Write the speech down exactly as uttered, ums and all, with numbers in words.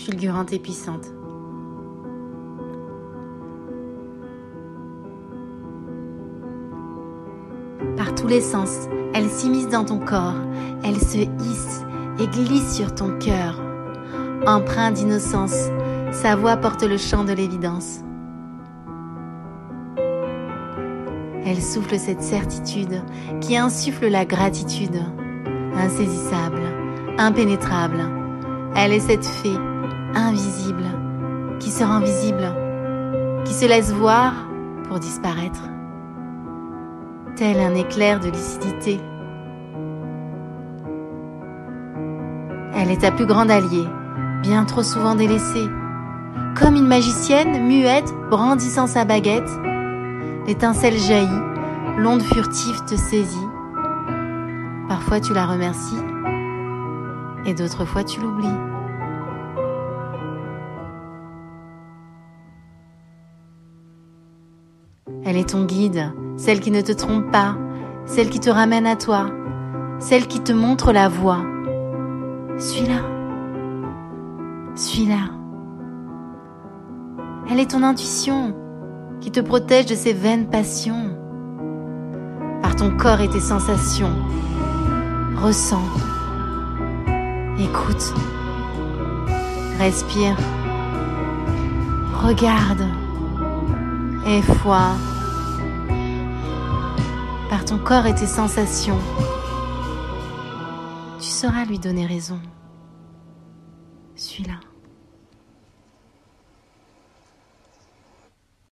fulgurante et puissante. Par tous les sens, elle s'immisce dans ton corps, elle se hisse et glisse sur ton cœur. Empreinte d'innocence, sa voix porte le chant de l'évidence. Elle souffle cette certitude qui insuffle la gratitude. Insaisissable, impénétrable, elle est cette fée invisible qui se rend visible, qui se laisse voir pour disparaître. Tel un éclair de lucidité. Elle est ta plus grande alliée, bien trop souvent délaissée. Comme une magicienne muette brandissant sa baguette, l'étincelle jaillit, l'onde furtive te saisit. Parfois tu la remercies et d'autres fois tu l'oublies. Elle est ton guide, celle qui ne te trompe pas, celle qui te ramène à toi, celle qui te montre la voie. Suis-la, suis-la. Elle est ton intuition qui te protège de ses vaines passions. Par ton corps et tes sensations, ressens, écoute, respire, regarde et foi. Par ton corps et tes sensations, tu sauras lui donner raison. Suis-la.